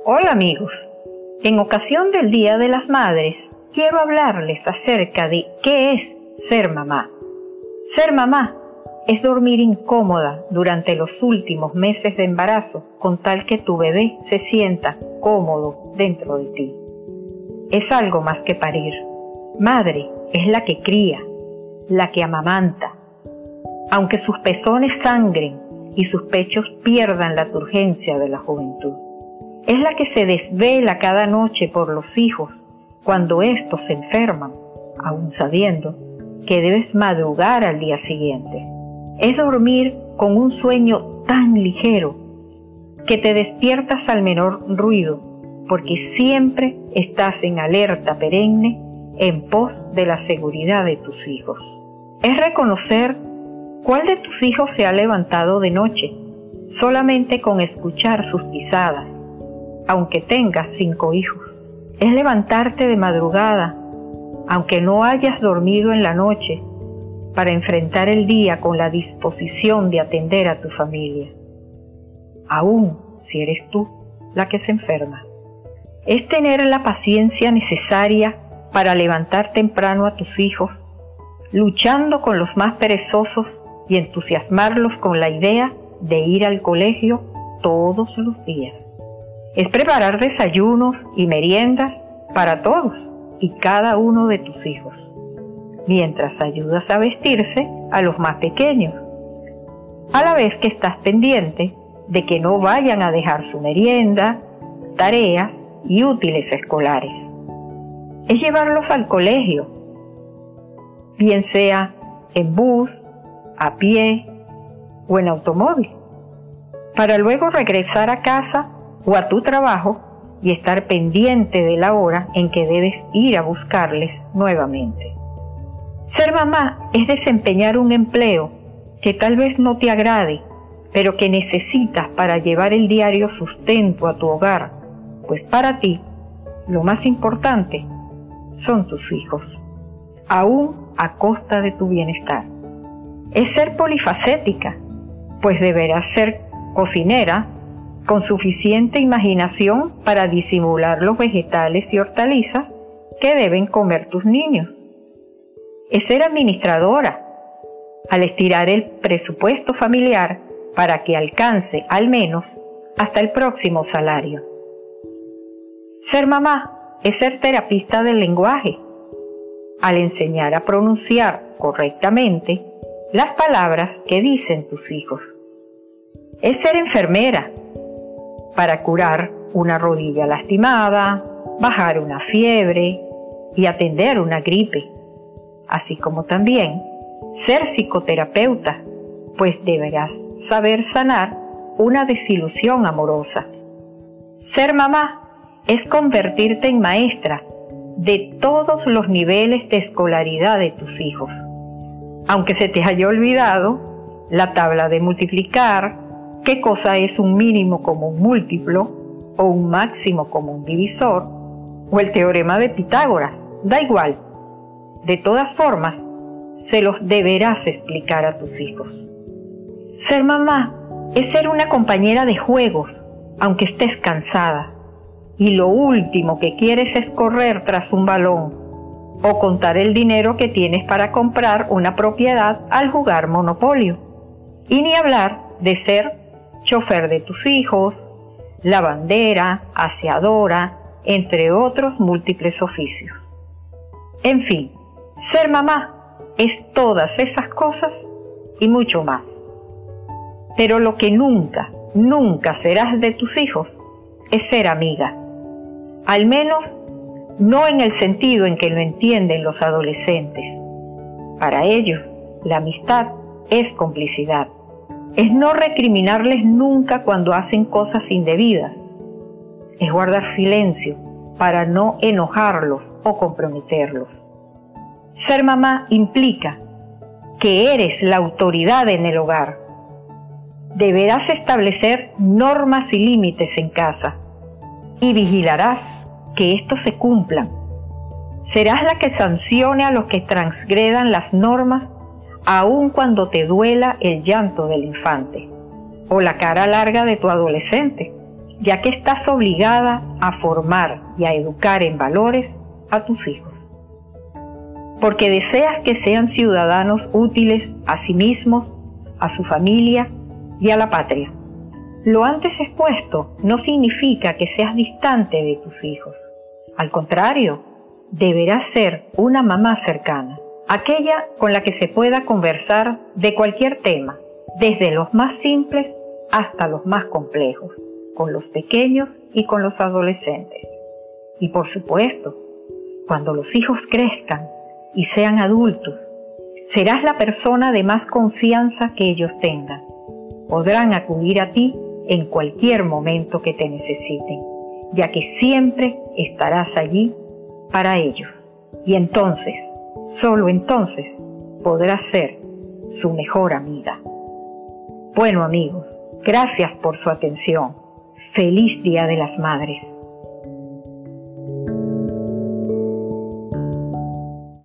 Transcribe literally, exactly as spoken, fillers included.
Hola amigos, en ocasión del Día de las Madres, quiero hablarles acerca de qué es ser mamá. Ser mamá es dormir incómoda durante los últimos meses de embarazo con tal que tu bebé se sienta cómodo dentro de ti. Es algo más que parir. Madre es la que cría, la que amamanta. Aunque sus pezones sangren y sus pechos pierdan la turgencia de la juventud. Es la que se desvela cada noche por los hijos cuando éstos se enferman, aun sabiendo que debes madrugar al día siguiente. Es dormir con un sueño tan ligero que te despiertas al menor ruido, porque siempre estás en alerta perenne en pos de la seguridad de tus hijos. Es reconocer cuál de tus hijos se ha levantado de noche, solamente con escuchar sus pisadas, aunque tengas cinco hijos. Es levantarte de madrugada, aunque no hayas dormido en la noche, para enfrentar el día con la disposición de atender a tu familia, aun si eres tú la que se enferma. Es tener la paciencia necesaria para levantar temprano a tus hijos, luchando con los más perezosos y entusiasmarlos con la idea de ir al colegio todos los días. Es preparar desayunos y meriendas para todos y cada uno de tus hijos, mientras ayudas a vestirse a los más pequeños, a la vez que estás pendiente de que no vayan a dejar su merienda, tareas y útiles escolares. Es llevarlos al colegio, bien sea en bus, a pie o en automóvil, para luego regresar a casa o a tu trabajo y estar pendiente de la hora en que debes ir a buscarles nuevamente. Ser mamá es desempeñar un empleo que tal vez no te agrade, pero que necesitas para llevar el diario sustento a tu hogar, pues para ti lo más importante son tus hijos, aún a costa de tu bienestar. Es ser polifacética, pues deberás ser cocinera con suficiente imaginación para disimular los vegetales y hortalizas que deben comer tus niños. Es ser administradora, al estirar el presupuesto familiar para que alcance al menos hasta el próximo salario. Ser mamá es ser terapista del lenguaje, al enseñar a pronunciar correctamente las palabras que dicen tus hijos. Es ser enfermera, para curar una rodilla lastimada, bajar una fiebre y atender una gripe, así como también ser psicoterapeuta, pues deberás saber sanar una desilusión amorosa. Ser mamá es convertirte en maestra de todos los niveles de escolaridad de tus hijos, aunque se te haya olvidado la tabla de multiplicar, qué cosa es un mínimo común múltiplo o un máximo común divisor o el teorema de Pitágoras, da igual. De todas formas, se los deberás explicar a tus hijos. Ser mamá es ser una compañera de juegos, aunque estés cansada, y lo último que quieres es correr tras un balón o contar el dinero que tienes para comprar una propiedad al jugar Monopolio. Y ni hablar de ser chofer de tus hijos, lavandera, aseadora, entre otros múltiples oficios. En fin, ser mamá es todas esas cosas y mucho más. Pero lo que nunca, nunca serás de tus hijos es ser amiga. Al menos no en el sentido en que lo entienden los adolescentes. Para ellos, la amistad es complicidad. Es no recriminarles nunca cuando hacen cosas indebidas. Es guardar silencio para no enojarlos o comprometerlos. Ser mamá implica que eres la autoridad en el hogar. Deberás establecer normas y límites en casa y vigilarás que estos se cumplan. Serás la que sancione a los que transgredan las normas aun cuando te duela el llanto del infante o la cara larga de tu adolescente, ya que estás obligada a formar y a educar en valores a tus hijos. Porque deseas que sean ciudadanos útiles a sí mismos, a su familia y a la patria. Lo antes expuesto no significa que seas distante de tus hijos. Al contrario, deberás ser una mamá cercana, aquella con la que se pueda conversar de cualquier tema, desde los más simples hasta los más complejos, con los pequeños y con los adolescentes. Y por supuesto, cuando los hijos crezcan y sean adultos, serás la persona de más confianza que ellos tengan. Podrán acudir a ti en cualquier momento que te necesiten, ya que siempre estarás allí para ellos. Y entonces, solo entonces, podrás ser su mejor amiga. Bueno, amigos, gracias por su atención. Feliz Día de las Madres.